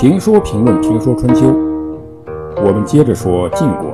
评说评论评说春秋，我们接着说晋国。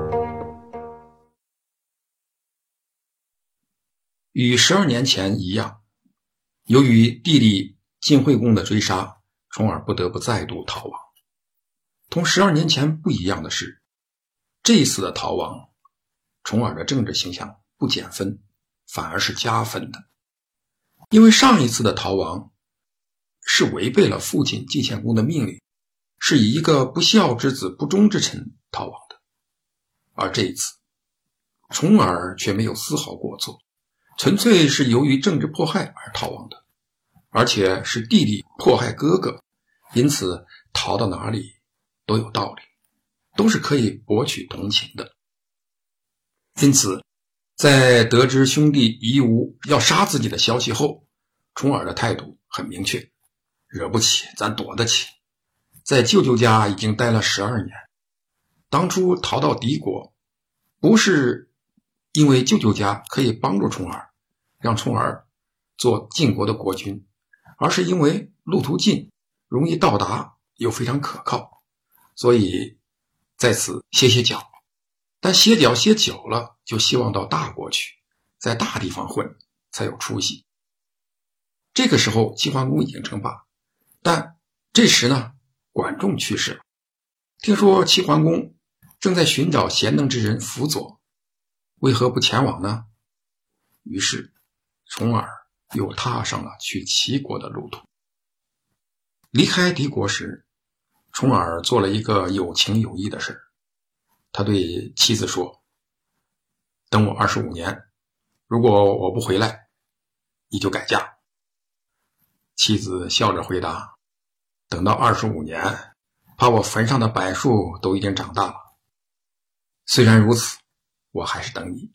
与12年前一样，由于弟弟晋惠公的追杀，重耳不得不再度逃亡。同12年前不一样的是，这一次的逃亡，重耳的政治形象不减分，反而是加分的。因为上一次的逃亡是违背了父亲晋献公的命令，是以一个不孝之子、不忠之臣逃亡的。而这一次，重耳却没有丝毫过错，纯粹是由于政治迫害而逃亡的，而且是弟弟迫害哥哥，因此逃到哪里都有道理，都是可以博取同情的。因此在得知兄弟夷吾要杀自己的消息后，重耳的态度很明确，惹不起咱躲得起。在舅舅家已经待了12年，当初逃到敌国，不是因为舅舅家可以帮助重耳，让重耳做晋国的国君，而是因为路途近，容易到达，又非常可靠，所以在此歇歇脚。但歇脚歇久了，就希望到大国去，在大地方混才有出息。这个时候齐桓公已经称霸，但这时呢，管仲去世了。听说齐桓公正在寻找贤能之人辅佐，为何不前往呢？于是重耳又踏上了去齐国的路途。离开敌国时，重耳做了一个有情有义的事。他对妻子说，等我25年，如果我不回来，你就改嫁。妻子笑着回答，等到25年，怕我坟上的柏树都已经长大了。虽然如此，我还是等你。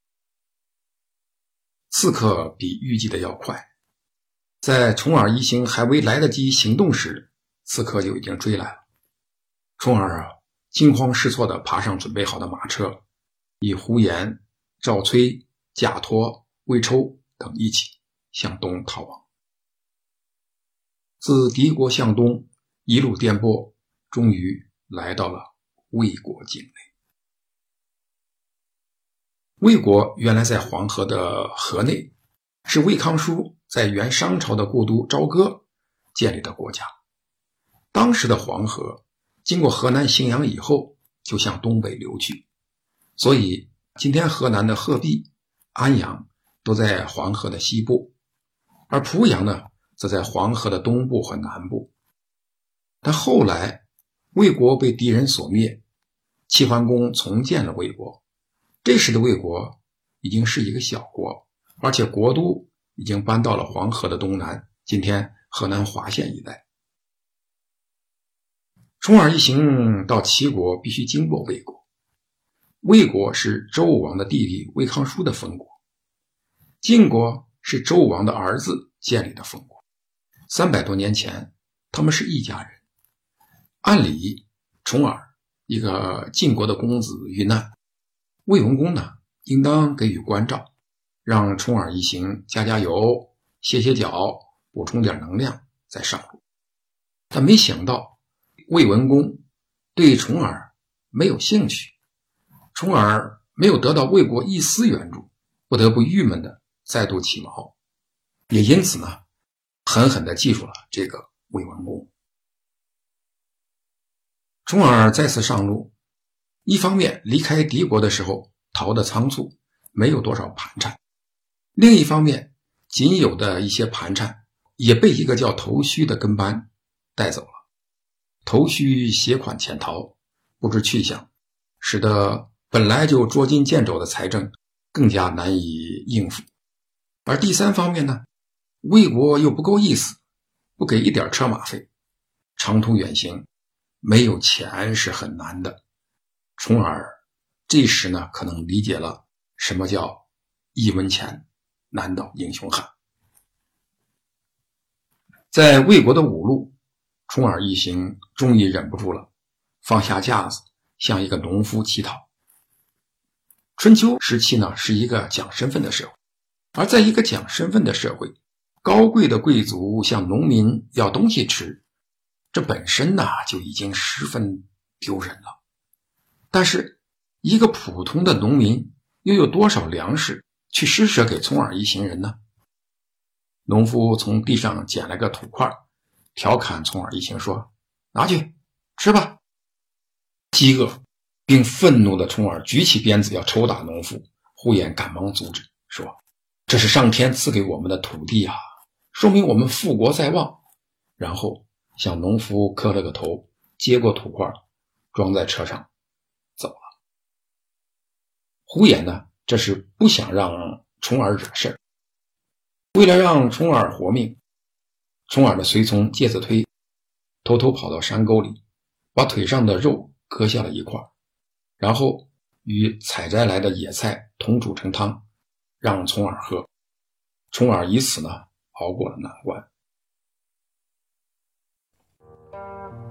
刺客比预计的要快，在重耳一行还未来得及行动时，刺客就已经追来了。重耳惊慌失措地爬上准备好的马车，与呼延、赵崔、贾托、魏抽等一起向东逃亡。自敌国向东一路颠簸，终于来到了魏国境内。魏国原来在黄河的河内，是魏康叔在原商朝的故都朝歌建立的国家。当时的黄河经过河南荥阳以后，就向东北流去，所以今天河南的鹤壁、安阳都在黄河的西部，而濮阳呢，则在黄河的东部和南部。但后来魏国被敌人所灭，齐桓公重建了魏国，这时的魏国已经是一个小国，而且国都已经搬到了黄河的东南，今天河南滑县一带。重耳一行到齐国必须经过魏国，魏国是周武王的弟弟魏康叔的封国，晋国是周武王的儿子建立的封国。300多年前，他们是一家人。按理，重耳一个晋国的公子遇难，魏文公呢，应当给予关照，让重耳一行加加油、歇歇脚，补充点能量再上路。但没想到魏文公对重耳没有兴趣，重耳没有得到魏国一丝援助，不得不郁闷的再度起锚，也因此呢，狠狠地记住了这个魏文公。重耳再次上路，一方面离开敌国的时候逃得仓促，没有多少盘缠，另一方面仅有的一些盘缠也被一个叫头须的跟班带走了。头须携款潜逃，不知去向，使得本来就捉襟见肘的财政更加难以应付。而第三方面呢，魏国又不够意思，不给一点车马费，长途远行没有钱是很难的。重耳这时呢，可能理解了什么叫一文钱难倒英雄汉。在魏国的五路，重耳一行终于忍不住了，放下架子，向一个农夫乞讨。春秋时期呢，是一个讲身份的社会，而在一个讲身份的社会，高贵的贵族向农民要东西吃， 这本身呢就已经十分丢人了。但是一个普通的农民又有多少粮食去施舍给从耳一行人呢？农夫从地上捡了个土块，调侃从耳一行说：“拿去吃吧。”饥饿并愤怒的从耳举起鞭子要抽打农夫，呼延赶忙阻止，说：“这是上天赐给我们的土地啊，说明我们富国在望。”然后向农夫磕了个头，接过土块装在车上走了。呼延呢，这是不想让重耳惹事，为了让重耳活命，重耳的随从介子推偷偷跑到山沟里，把腿上的肉割下了一块，然后与采摘来的野菜同煮成汤，让重耳喝。重耳以此呢熬过了难关。